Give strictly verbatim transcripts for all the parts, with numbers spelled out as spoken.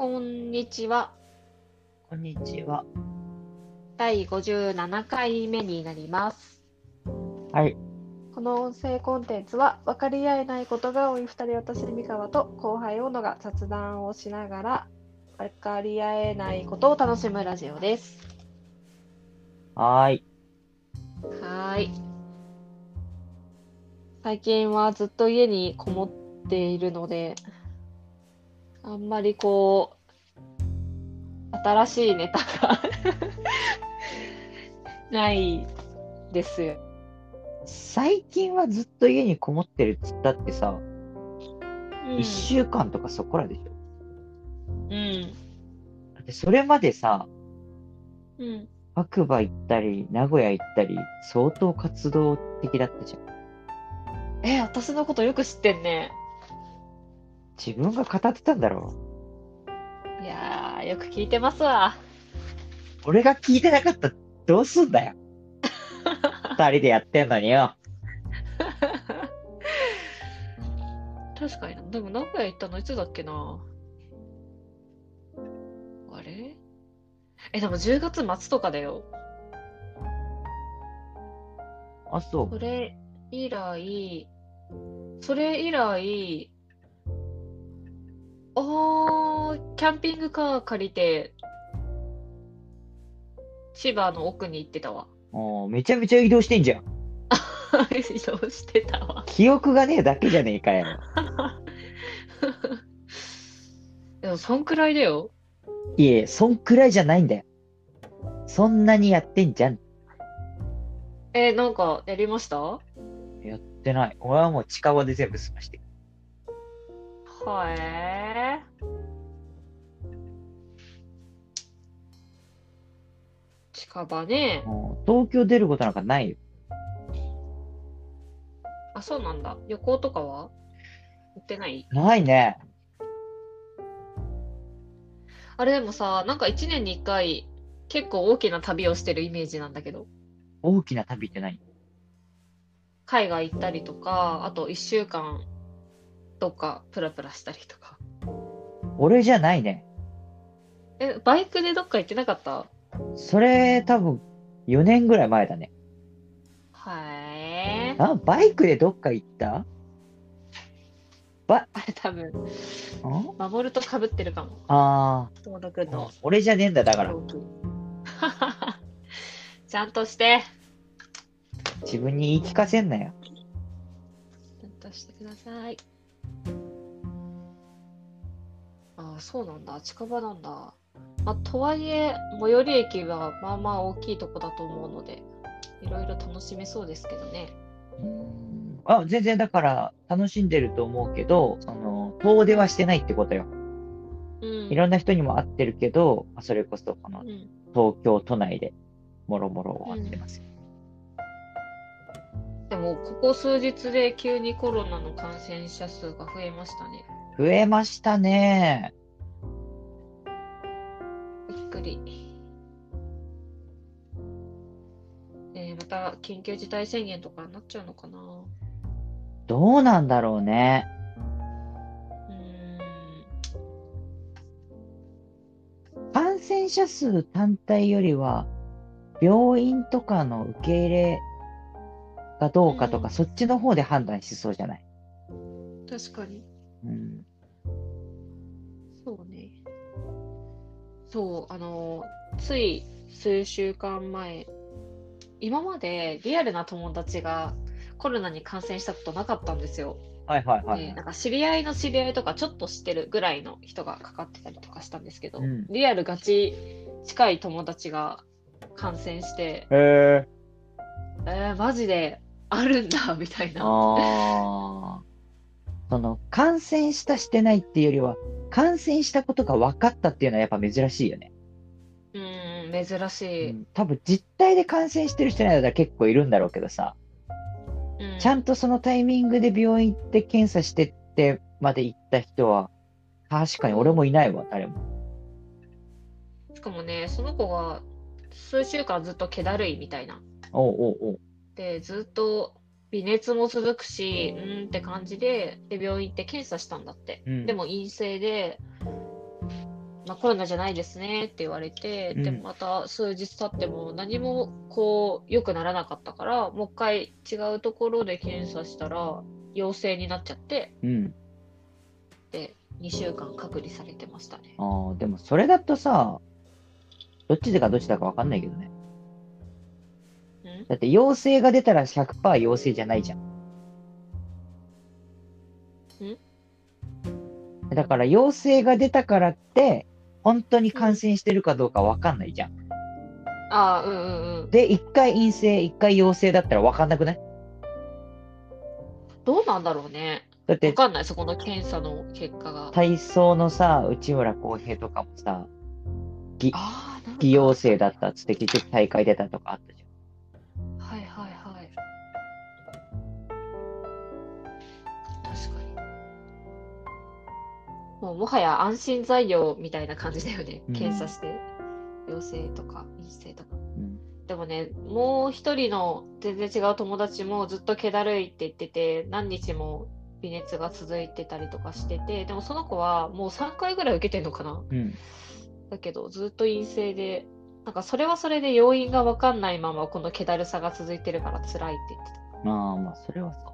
こんにちは。 こんにちは。 だいごじゅうななかいめになります。 はい。 この音声コンテンツは分かり合えないことが多いふたり、私、三河と後輩小野が雑談をしながら分かり合えないことを楽しむラジオです。 はーい。 はーい。最近はずっと家にこもっているので、あんまりこう、新しいネタがないですよ。 最近はずっと家にこもってるっつったってさ、 うん。 一週間とかそこらでしょ。 うん。 だってそれまでさ、 うん。 白馬行ったり、名古屋行ったり、相当活動的だったじゃん。 え、私のことよく知ってんね。 自分が語ってたんだろいやー、よく聞いてますわ。 う。俺が聞いてなかったらどうすんだよ。二人でやってんのによ。 確かにな。でも名古屋行ったのいつだっけな。あれえ、でもじゅうがつ末とかだよ。 あ、そそれ以来、それ以来、あー、キャンピングカー借りて、千葉の奥に行ってたわ。 う。もうめちゃめちゃ移動してんじゃん。 移動してたわ。 記憶がねえだけじゃねえかよ。 でも、そんくらいだよ。 いえ、そんくらいじゃないんだよ。そんなにやってんじゃん。 え、なんか、やりました？はやってない。俺はもう近場で全部済ましてる。 えー。近場ね。 もう東京出ることなんかないよ。 あ、そうなんだ。旅行とかは行ってない？ ないね。 あれでもさ、なんかいちねんにいっかい結構大きな旅をしてるイメージなんだけど、 大きな旅って何？ 海外行ったりとか、あといっしゅうかんどっかプラプラしたりとか。 俺じゃないね。 え、バイクでどっか行ってなかった？ それ多分よねんぐらい前だね。 はあ、バイクでどっか行った？ば、 ー。あれ多分、 ん守ると被ってるかも。 あ友野くんー、 の俺じゃねえんだ。だから、 同期。ちゃんとして。 自分に言い聞かせんなよ。 ちゃんとしてください。ああ、そうなんだ。近場なんだ。まあ、とはいえ、最寄り駅はまあまあ大きいとこだと思うので、いろいろ楽しめそうですけどね。 うーんあ、全然だから楽しんでると思うけど、その、遠出はしてないってことよ。 うん。 いろんな人にも会ってるけど、まあそれこそこのうん。 東京都内でもろもろうん。 会ってますよ。 でも、ここ数日で急にコロナの感染者数が増えましたね。 増えましたね。 びっくり。えーまた緊急事態宣言とかになっちゃうのかな。うどうなんだろうね。 ーん。 感染者数単体よりは、病院とかの受け入れがどうかとか、 うん。 そっちの方で判断しそうじゃない？ 確かに。 うん。 そうね。そう、あの、つい数週間前、今までリアルな友達がコロナに感染したことなかったんですよ。 はいはいはいで、 はい。 なんか知り合いの知り合いとかちょっと知ってるぐらいの人がかかってたりとかしたんですけど、 うん。 リアルガチ近い友達が感染して、 へえ。 えー、マジであるんだ、みたいな。 ああ。その、感染したしてないっていうよりは、感染したことが分かったっていうのはやっぱ珍しいよね。 うーん、珍しい。 うん。多分実態で感染してる人ないだったら結構いるんだろうけどさ、 うん。 ちゃんとそのタイミングで病院行って検査してってまで行った人は、確かに俺もうん。 いないわ、誰も。 しかもね、その子が数週間ずっと気だるいみたいな。 おうおうおう。 で、ずっと微熱も続くし、うーんって感じで、で、病院行って検査したんだって。 うん。 でも陰性で、 まあ、コロナじゃないですねって言われて、で、 うん。 また数日経っても何もこう良くならなかったから、もう一回違うところで検査したら陽性になっちゃって、 うん。 で、にしゅうかん隔離されてましたね。 ああ、でもそれだとさ、どっちでかどっちだかわかんないけどね。 んだって陽性が出たらひゃくパーセント陽性じゃないじゃん。 んだから陽性が出たからって、本当にうん。 感染してるかどうかわかんないじゃん。 ああ、うんうんうん。 で、一回陰性、一回陽性だったらわかんなくない？ どうなんだろうね。 だって、 わかんない、そこの検査の結果が。 体操のさ、内村航平とかもさ、ぎああ、なん偽陽かあったね。 性だったっつって結局大会出たとかあったじはいはいはい。確かに。もうもはや安心材料みたいな感じだよね。 ゃん。 検査して陽性とか陰性とか。 うん。 でもね、もう一人の全然違う友達もずっと気だるいって言ってて、何日も微熱が続いてたりとかしてて、でもその子はもうさんかいぐらい受けてんのかな。 うん。 だけどずっと陰性で、なんかそれはそれで要因がわかんないままこの気だるさが続いてるから辛いって言ってまあまあ、それはそ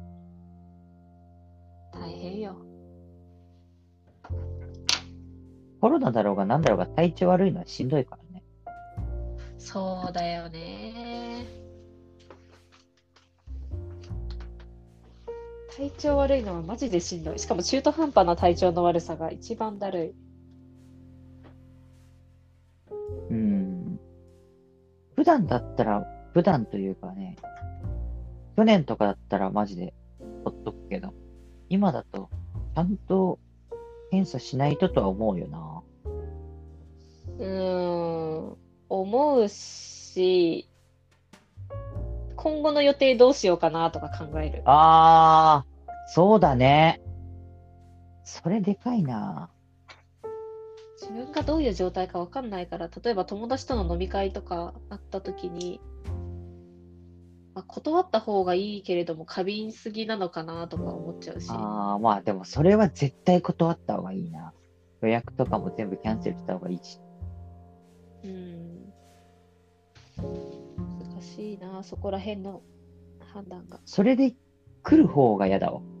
た。大変よ。 う。コロナだろうが何だろうが体調悪いのはしんどいからね。 そうだよね。体調悪いのはマジでしんどい。しかも中途半端な体調の悪さが一番だるい。 うん。普段だったら、普段というかね、去年とかだったらマジでほっとくけど、今だとちゃんと検査しないととは思うよな。 うーん、思うし、今後の予定どうしようかなとか考える。 あー、そうだね。それでかいな。 自分がどういう状態かわかんないから、例えば友達との飲み会とかあった時に、まあ、断った方がいいけれども過敏すぎなのかなとか思っちゃうし。 あー、まあでもそれは絶対断った方がいいな。予約とかも全部キャンセルした方がいいし。 うん、難しいな、そこら辺の判断が。 それで来る方が嫌だわ。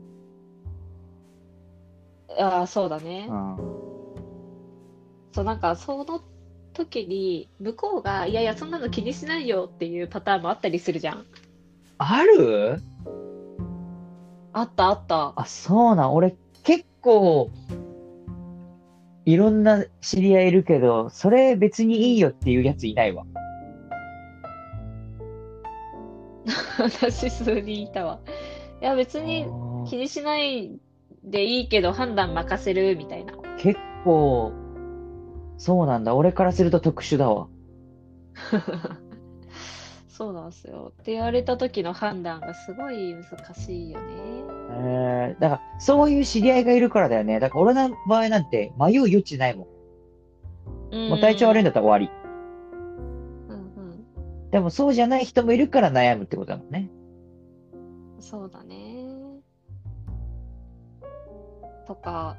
ああ、そうだね。 うん。 そう、なんかその時に向こうが、いやいや、そんなの気にしないよっていうパターンもあったりするじゃん。 ある？ あったあった。 あ、そうなん。俺結構いろんな知り合いいるけど、それ別うん。 にいいよっていうやついないわ。 私数人いたわ。いや、別あにー、 気にしないでいいけど判断任せるみたいな。 結構、そうなんだ。俺からすると特殊だわ。 そうなんですよ。って言われた時の判断がすごい難しいよね。 えー、だから、そういう知り合いがいるからだよね。だから俺の場合なんて迷う余地ないもん。 うもう体調悪いんーん。 だったら終わり。 うんうん。 でもそうじゃない人もいるから悩むってことだもんね。 そうだね。とか、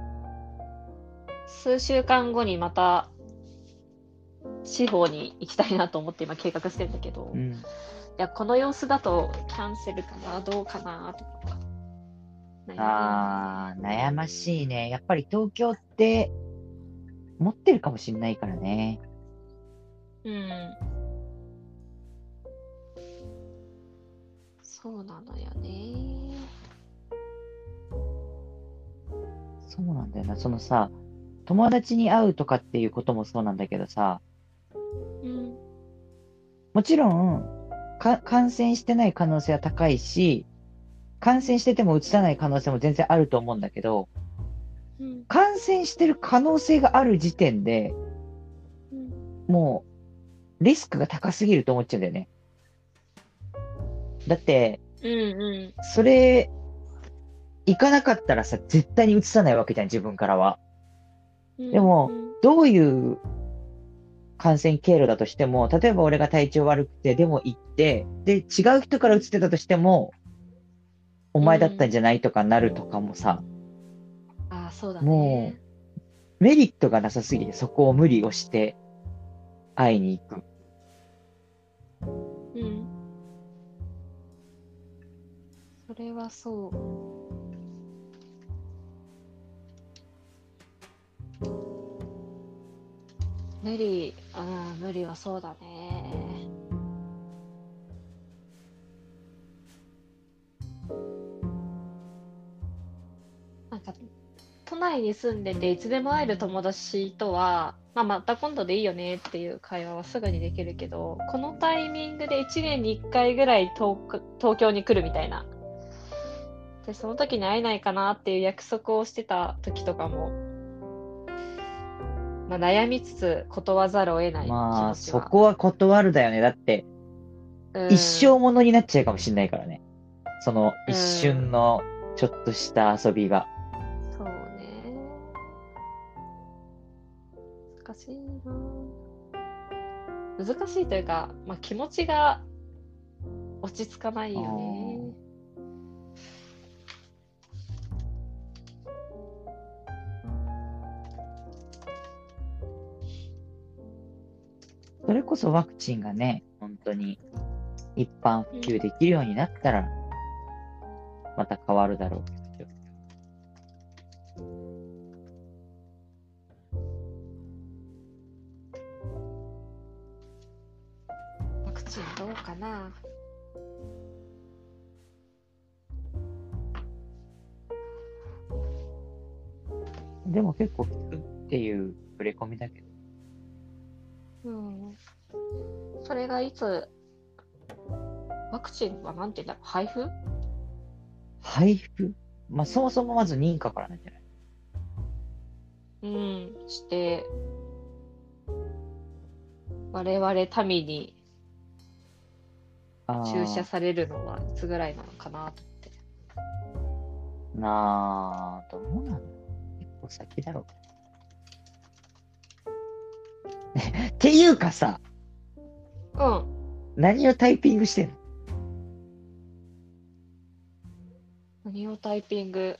数週間後にまた地方に行きたいなと思って今計画してんだけど、 うん。 いや、この様子だとキャンセルかな、どうかなとか悩むよね。 あー、悩ましいね。やっぱり東京って持ってるかもしんないからね。 うん。そうなのよね。 そうなんだよな。そのさ、友達に会うとかっていうこともそうなんだけどさ、 うん。 もちろん、か、感染してない可能性は高いし、感染しててもうつさない可能性も全然あると思うんだけど、 うん。 感染してる可能性がある時点でうん。 もうリスクが高すぎると思っちゃうんだよね。だって、 うんうん。 それ、行かなかったらさ、絶対にうつさないわけじゃん、自分からは。 うんうでも、 ん。 どういう感染経路だとしても、例えば俺が体調悪くて、でも行って、で、違う人から移ってたとしても、おう前だったんん。 じゃないとかなるとかもさ、 ああ、そうだもね。 メリットがなさすぎて、そこを無理をして会いに行く。 うん。それはそう。無理、うん、無理はそうだね。なんか、都内に住んでていつでも会える友達とは、まあ、また今度でいいよねっていう会話はすぐにできるけど、このタイミングでいちねんにいっかいぐらい東く東京に来るみたいな。で、その時に会えないかなっていう約束をしてた時とかも、まあ、悩みつつ断らざるを得ない気まあ、 持ちは。 そこは断るだよね。だって、 う一生ん、 ものになっちゃうかもしんないからね。そのう一瞬ん、 のちょっとした遊びが。 そうね。難しいな。難しいというか、まあ、気持ちが落ち着かなあいよね。 ーそれこそワクチンがね、本当に一般うん、 普及できるようになったら、また変わるだろうけど。 ワクチンどうかな。 でも結構効くっていう触れ込みだけど。 うん。それがいつ、ワクチンはなんて言うんだろう、配布配布まあ、そもそもまず認可からなんじゃない？ うん、して、我々民に注射あされるのはいつぐらいなのかなと思って。 あ、なあ、どうなの？結構先だろう。っていうかさ、 うん。 何をタイピングしてんの？ 何をタイピング。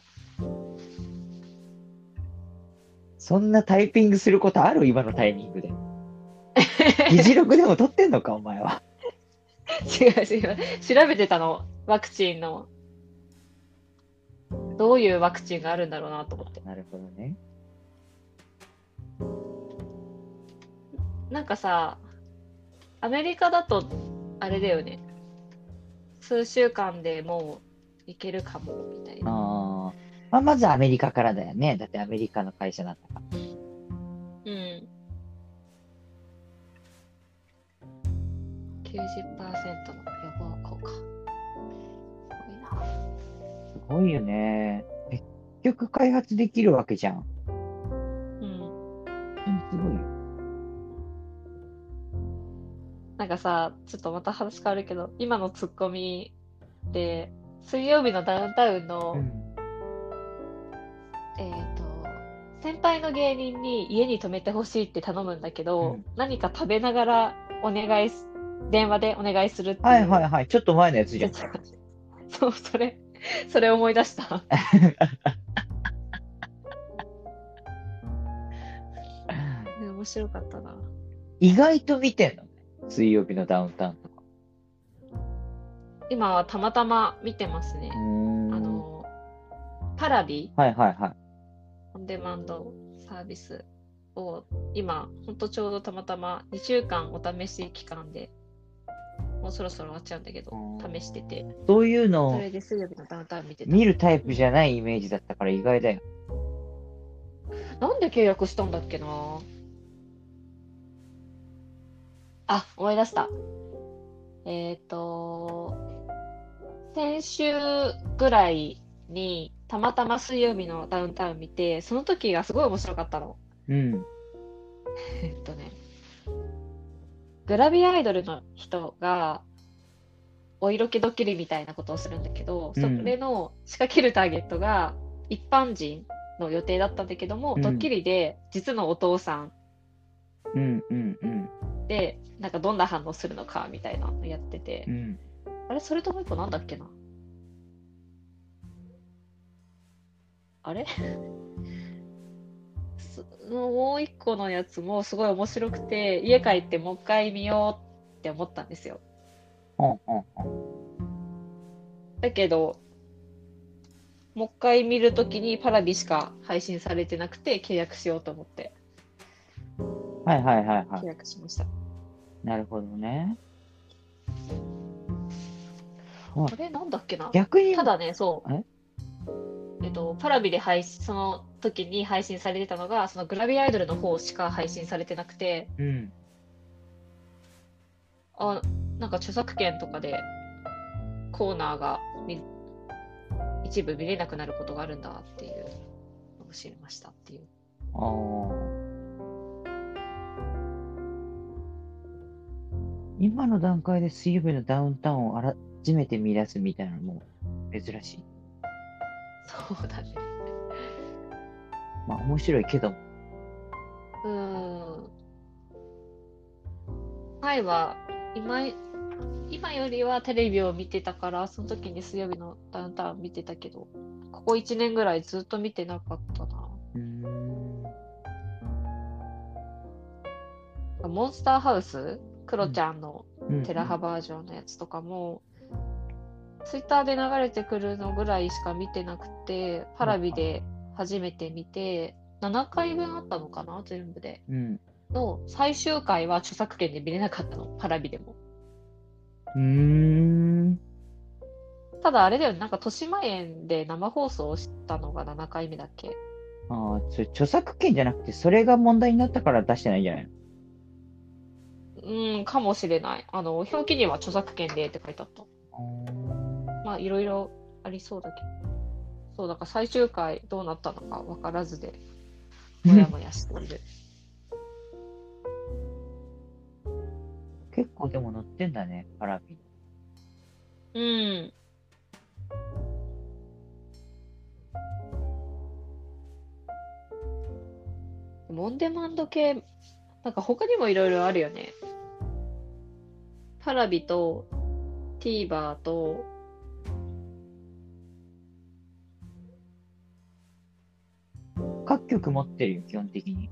そんなタイピングすることある？今のタイミングで。議事録でも取ってんのか、お前は。 違う違う。調べてたの。ワクチンの。どういうワクチンがあるんだろうなと思って。 なるほどね。 なんかさ、アメリカだと、あれだよね。数週間でもういけるかも、みたいな。 ああ、まあ、まずアメリカからだよね。だってアメリカの会社なんだから。 うん。きゅうじゅっパーセントの予防効果。すごいな。 すごいよね。結局開発できるわけじゃん。 うん。 本当にすごいよ。 なんかさ、ちょっとまた話変わるけど、今のツッコミで、水曜日のダウンタウンの、 うん。 えっと、先輩の芸人に家に泊めてほしいって頼むんだけど、 うん。 何か食べながらお願いす、電話でお願いするっていうはいはいはい。ちょっと前のやつじゃん。 説が、そう、それ、それ思い出した。ね、面白かったな。 意外と見てんのね。水曜日のダウンタウンとか。 今はたまたま見てますね。 うーん。 あの、パラビはいはいはい。 オンデマンドサービスを今、ほんとちょうどたまたまにしゅうかんお試し期間で、もうそろそろ終わっちゃうんだけど、試してて、 そういうのをそれで水曜日のダウンタウン見てた。 見るタイプじゃないイメージだったから意外だよ。 なんで契約したんだっけな。あ、思い出した。えっと、先週ぐらいにたまたま水曜日のダウンタウン見て、その時がすごい面白かったの。 うん。 えっとね、グラビアアイドルの人がお色気ドッキリみたいなことをするんだけど、そうん。 れの仕掛けるターゲットが一般人の予定だったんだけども、 うん。 ドッキリで実のお父さんうんうんうんで、なんかどんな反応するのかみたいなのやってて、 うんあれ、それともう一個なんだっけな。あれそのもう一個のやつもすごい面白くて、家帰ってもう一回見ようって思ったんですよ。 うん、うん、うん。 だけど、もう一回見るときにパラビしか配信されてなくて契約しようと思ってはいはいはいは契約しました。 い。なるほどね。まあ、 あれなんだっけな。 逆に、 ただね、そえう、えっと、パラビで配信、その時に配信されてたのが、そのグラビアアイドルの方しか配信されてなくて、 うん。 あ、なんか著作権とかでコーナーが見一部見れなくなることがあるんだっていうのを知りましたっていう。 ああ。今の段階で水曜日のダウンタウンを改めて見出すみたいなのも珍しい。 そうだね。 まあ面白いけども。 うーん。前は今、今よりはテレビを見てたから、その時に水曜日のダウンタウン見てたけど、ここいちねんぐらいずっと見てなかったな。 うーん。 モンスターハウス、クロうん。 ちゃんのうん。 テラハバージョンのやつとかも、ツイッターで流れてくるのぐらいしか見てなくて、パラビで初めて見て、ななかいぶんあったのかな、全部で。 うん。 の最終回は著作権で見れなかったの、パラビでも。 うーん。 ただあれだよね、なんか豊島園で生放送をしたのがななかいめだっけ。 ああ、それ著作権じゃなくて、それが問題になったから出してないんじゃないの？ うん、かもしれない。あの、表記には著作権でって書いてあった。 あーまあ、いろいろありそうだけど。そう、だから最終回どうなったのか分からずで、もやもやしている。 結構でも載ってんだね、パラビ。 うん。オンデマンド系、なんか他にもいろいろあるよね。パラビと TVer と、 各局持ってるよ、基本的に。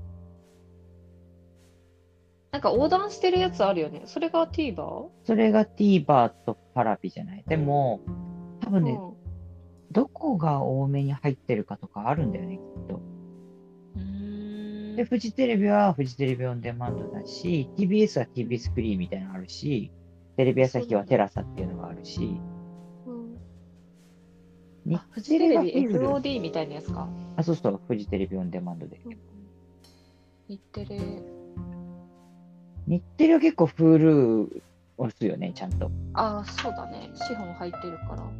なんか横断してるやつあるよね。それが TVer？ それが TVer とパラビじゃない。でも、多分ね、 うん。うどこが多めに入ってるかとかあるんだよね、きっと。で、 ーん。 フジテレビはフジテレビオンデマンドだし、ティービーエス は ティービーエス フリーみたいなのあるし、テレビ朝日はそうなんだ。 テラサっていうのがあるし、 うん。 日あ、フジテレがテレビ Hulu。 エフオーディー みたいなやつか。 あ、そうそう、フジテレビオンデマンドで。 うん。日テレ。 日テレは結構 Hulu 押すよね、ちゃんと。 ああ、そうだね。資本入ってるから。 うん、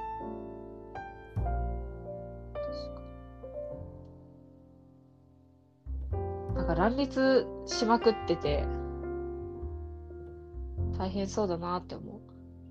なんか乱立しまくってて、大変そうだなって思う。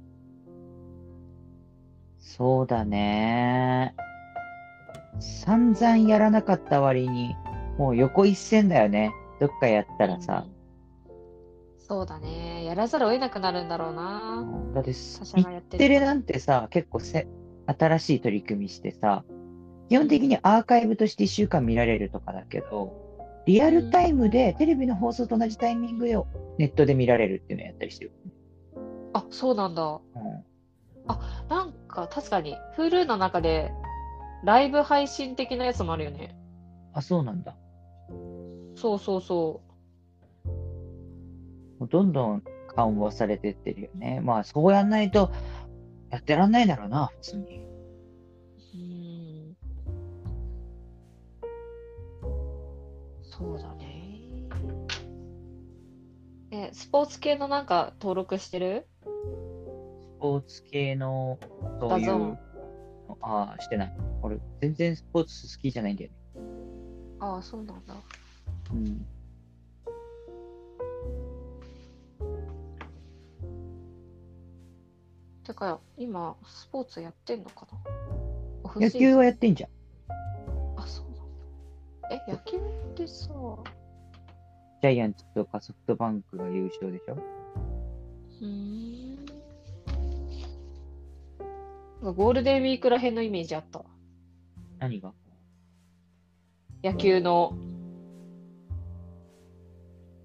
そうだね。散々やらなかった割に、もう横一線だよね。どっかやったらさ。 うん。そうだね。やらざるを得なくなるんだろううな。 ん、だって、 他社日がやってると。 テレなんてさ、結構せ新しい取り組みしてさ、基本的うん。 にアーカイブとしていっしゅうかん見られるとかだけど、リアルタうん。 イムでテレビの放送と同じタイミングでネットで見られるっていうのをやったりしてる。 あ、そうなんだ。 うん、 あ、なんか確かに Hulu の中でライブ配信的なやつもあるよね。 あ、そうなんだ。 そうそうそもうどんどん緩和されてってるよね。まあ、そうやんないとやってらんないだろうな、普通に。 う。うん。そうだね。え、スポーツ系のなんか登録してる？ スポーツ系の、そういう、 ダゾーン。 ああ、してない。俺、全然スポーツ好きじゃないんだよね。 ああ、そうなんだ。 うん。 てか、今、スポーツやってんのかな？オフ野球シーズン。 はやってんじゃん。 あ、そうなんだ。え、野球ってさ、 ジャイアンツとかソフトバンクが優勝でしょ？ うーん。なんかゴールデンウィークらへんのイメージあった。 何が？ 野球の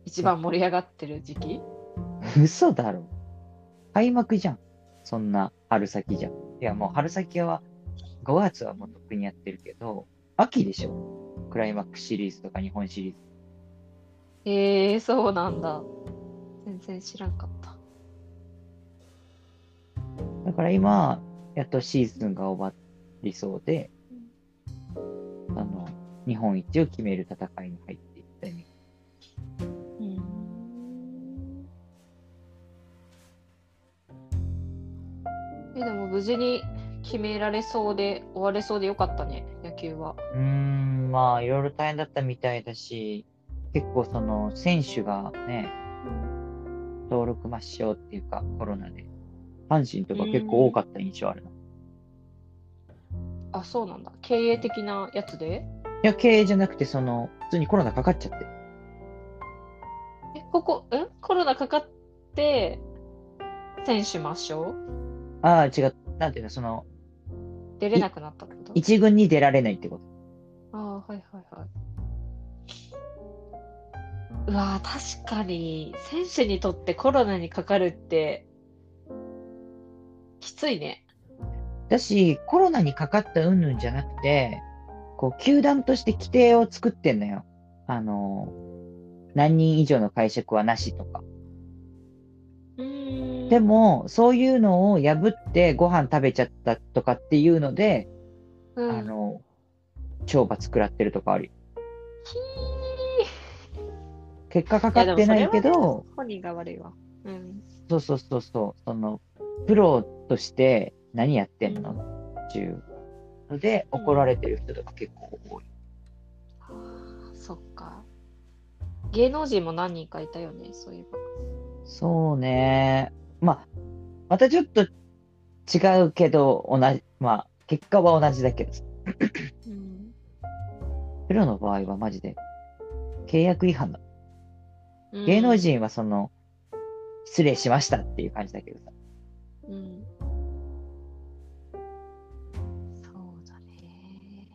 一番盛り上がってる時期。 嘘だろ。開幕じゃん。そんな春先じゃん。いや、もう春先はごがつはもうとっくにやってるけど、秋でしょ。クライマックスシリーズとか日本シリーズ。 ええー、そうなんだ。全然知らんかった。 だから今、やっとシーズンが終わりそうで、あの、日本一を決める戦いに入っていった意味。 うん。え、でも無事に決められそうで、終われそうでよかったね、野球は。 うーん、まあ、いろいろ大変だったみたいだし、結構その、選手がね、登録抹消っていうか、コロナで、阪神とうか結構多ん。 かった印象あるな。いあ、そうなんだ。経営的なやつで。 や、経営じゃなくて、その、普通にコロナかかっちゃって。 え、ここ、んコロナかかって、選手抹消ああ、違う。なんていうの、その、い、 出れなくなったってこと？ 一軍に出られないってこと。 ああ、はいはいはい。うわー、確かに、選手にとってコロナにかかるって、きついね。 だし、コロナにかかった云々じゃなくて、こう、球団として規定を作ってんのよ。あの、何人以上の会食はなしとか。 うーん。 でも、そういうのを破ってご飯食べちゃったとかっていうので、 うん。 あの、懲罰食らってるとかあるよ。 ひー。 結果かいや、でもかってないそれはね、 けど、 本人が悪いわ。うん。 そうそうそうそう、その、プロとして何やってうん。 んのっていうのでうん。 怒られてる人とか結構多い。 はあ、そっか。芸能人も何人かいたよね、そういえば。 そうね。まあ、またちょっと違うけど、同じ、まあ、結果は同じだけどさ、 うん。 プロの場合はマジで契約違反だ。 う芸能ん。 人はその、失礼しましたっていう感じだけどさ。 うん。そうだね。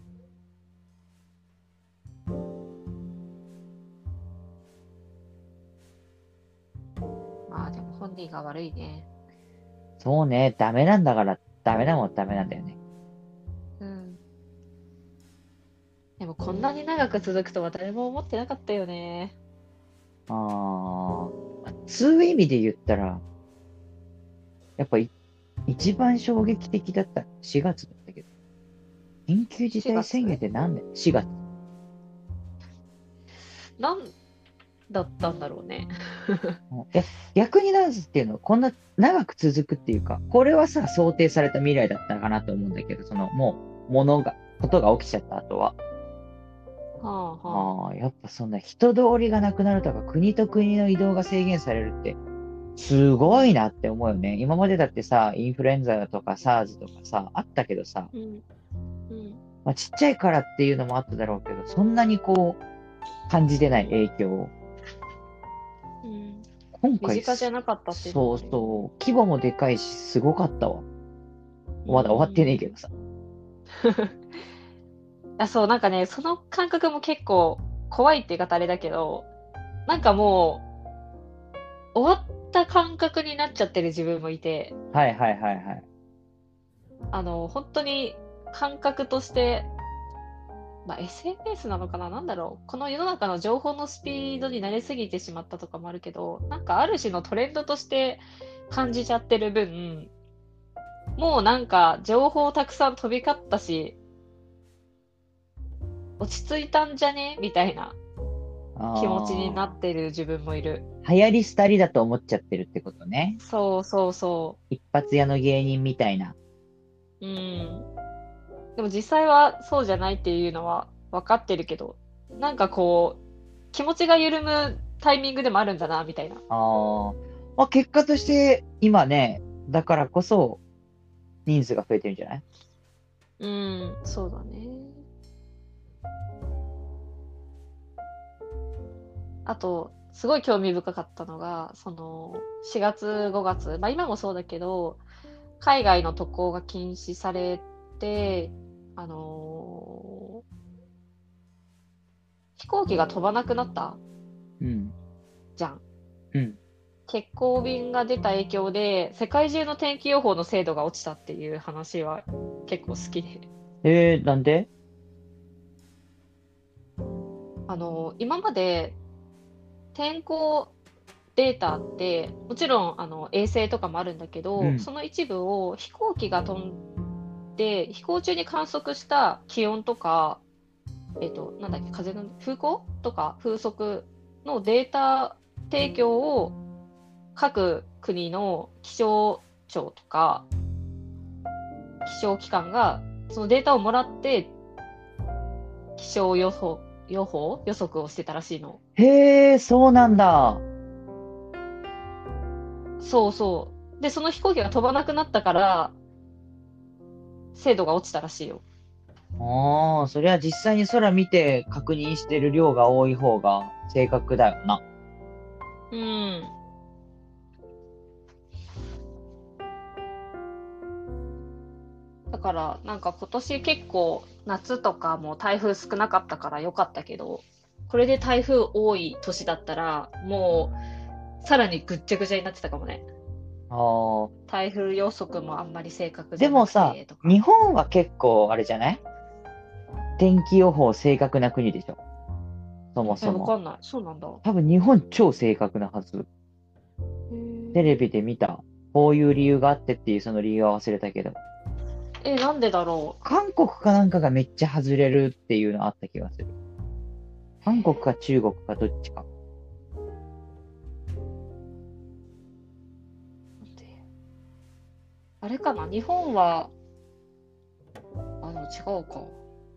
まあでも本人が悪いね。 そうね、ダメなんだから、ダメなもんダメなんだよね。 うん。でもこんなに長く続くとは誰も思ってなかったよね。 ああ、そういう意味で言ったら、やっぱい一番衝撃的だったしがつだったけど、緊急事態 4 宣言っ月て何年？ し 月。 なんだったんだろうね。 うんえ、逆になんていうの、こんな長く続くっていうか、これはさ、想定された未来だったかなと思うんだけど、その、もう、ものが、ことが起きちゃった後は、 はあはあ。 ああ、やっぱそんな人通りがなくなるとか、国と国の移動が制限されるって、すごいなって思うよね。今までだってさ、インフルエンザとか SARS とかさ、あったけどさ、 うん。うん。 まあ、ちっちゃいからっていうのもあっただろうけど、そんなにこう、感じてない影響を。 うん。 今回身近じゃす、 なかったっていうのもそうあるよね。 そう、規模もでかいし、すごかったわ。 うまだ終わってねえけん。 どさ。 あ、そう、なんかね、その感覚も結構怖いって言い方あれだけど、なんかもう終わった感覚になっちゃってる自分もいて、 はいはいはいはい。 あの、本当に感覚として、まあ、エスエヌエス なのかな、なんだろう。この世の中の情報のスピードに慣れすぎてしまったとかもあるけど、なんかある種のトレンドとして感じちゃってる分、もうなんか情報たくさん飛び交ったし、落ち着いたんじゃねみたいな気持ちになあってる自分もいる。 あ、流行り廃りだと思っちゃってるってことね。 そうそうそ一発屋の芸人みたいな。 う。うん。でも実際はそうじゃないっていうのは分かってるけど、なんかこう、気持ちが緩むタイミングでもあるんだな、みたいな。 ああ、まあ結果として今ね、だからこそ人数が増えてるんじゃない？ うん、そうだね。あと、すごい興味深かったのが、その、しがつ、ごがつ、まあ今もそうだけど、海外の渡航が禁止されて、あのー飛行機が飛ばなくなった。 うん。 じゃん。 うん。 欠航便が出た影響で、世界中の天気予報の精度が落ちたっていう話は結構好きで。 えー、なんで？ あの、今まで天候データって、もちろんあの衛星とかもあるんだけど、 うん。 その一部を飛行機が飛んで、飛行中に観測した気温とか、えっと、なんだっけ、風の、風向とか風速のデータ提供を各国の気象庁とか気象機関がそのデータをもらって気象予報、予報予測をしてたらしいの。 へえ、そうなんだ。 そうそう。で、その飛行機が飛ばなくなったから、精度が落ちたらしいよ。 ああ、それは実際に空見て確認してる量が多い方が正確だよな。 うん。だから、なんか今年結構夏とかも台風少なかったから良かったけど、これで台風多い年だったら、もうさらにぐっちゃぐちゃになってたかもね。 ああ、 台風予測もあんまり正確じゃなくでもさ、 てとか。 日本は結構あれじゃない？天気予報正確な国でしょ。そもえ、 そも。 わかんない。そうなんだ。 多分日本超正確なはず。 へー。 テレビで見た。こういう理由があってっていうその理由は忘れたけど。 え、なんでだろ韓国かなんかがめっちゃ外れるっていうのあった気がする。韓国か中国かどっちか。 う。待って、あれかな、日本は、あの、違うか。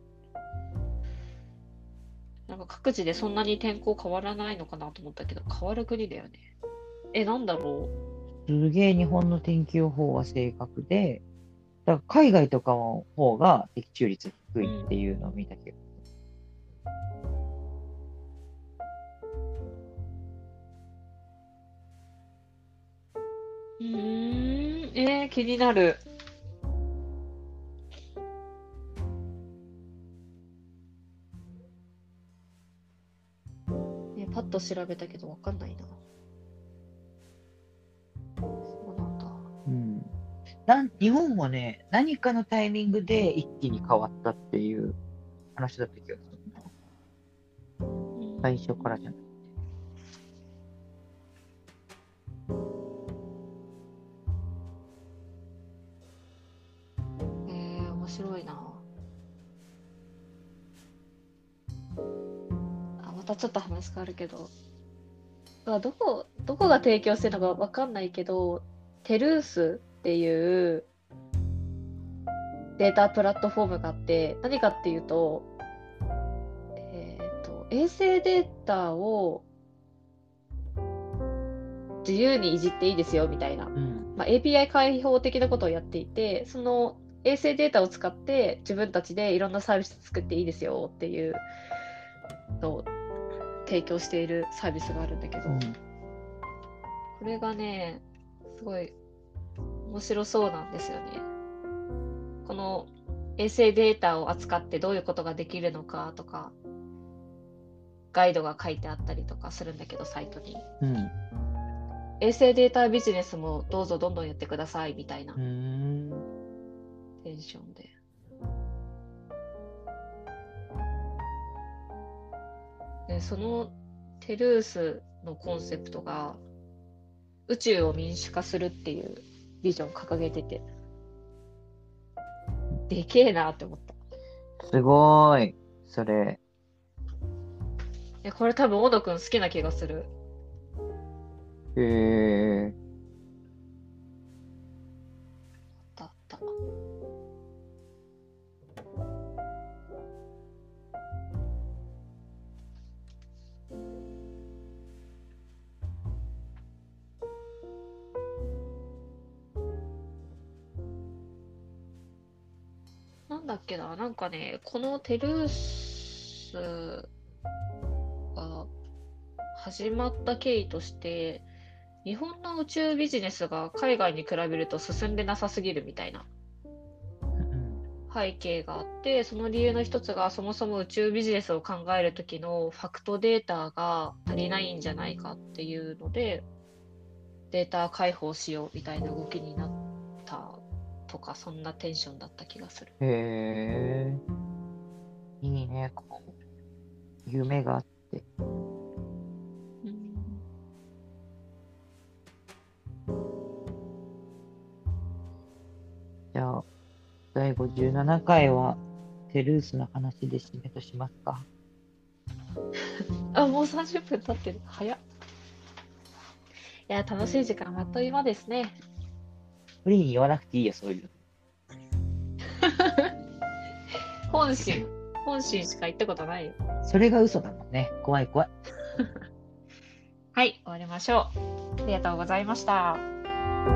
なんか各地でそんなに天候変わらないのかなと思ったけど、変わる国だよね。え、なんだろすげえ日本の天気予報は正確で、だから海外とかの方が的中率低う。ういってん。 いうのを見たけど。 うーん、えー、気になる。ね、パッと調べたけどわかんないな。そうなんだ。 うん。なん、日本もね、何かのタイミングで一気に変わったっていう話だった気がするな。 う最初からーん。 じゃない。 えー、面白いな。あ、またちょっと話変わるけど、あ、どこ、どこが提供してるのかわかんないけど、テルースっていうデータプラットフォームがあって、何かっていうと、えっと、衛星データを自由にいじっていいですよみたいな、 うん。 まあ、エーピーアイ 開放的なことをやっていて、その衛星データを使って自分たちでいろんなサービス作っていいですよっていうのを提供しているサービスがあるんだけど、 うん。 これがね、すごい面白そうなんですよね。この衛星データを扱ってどういうことができるのかとか、ガイドが書いてあったりとかするんだけど、サイトに。 うん。 衛星データビジネスもどうぞどんどんやってくださいみたいなうーん。 テンションで。で、そのテルースのコンセプトが宇宙を民主化するっていうビジョンを掲げてて、でけえなって思った。 すごーい。それ。 え、これ多分小野くん好きな気がする。 へえ。 あったあった。なんだっけな、なんかね、このテルースが始まった経緯として、日本の宇宙ビジネスが海外に比べると進んでなさすぎるみたいなうん。 背景があって、その理由の一つがそもそも宇宙ビジネスを考える時のファクトデータが足りないんじゃないかっていうので、データ開放しようみたいな動きになったとか、そんなテンションだった気がする。 へえ、いいね、こう、夢があって。 うん、 じゃあ、だいごじゅうななかいは、テルースの話で締めとしますか。 あ、もうさんじゅっぷん経ってる。早っ。いや、楽しい時間あっという間ですね。 無理に言わなくていいよ、そういうの。 本心、本心しか言ったことないよ。 それが嘘だもんね。怖い怖い。 はい、終わりましょう。ありがとうございました。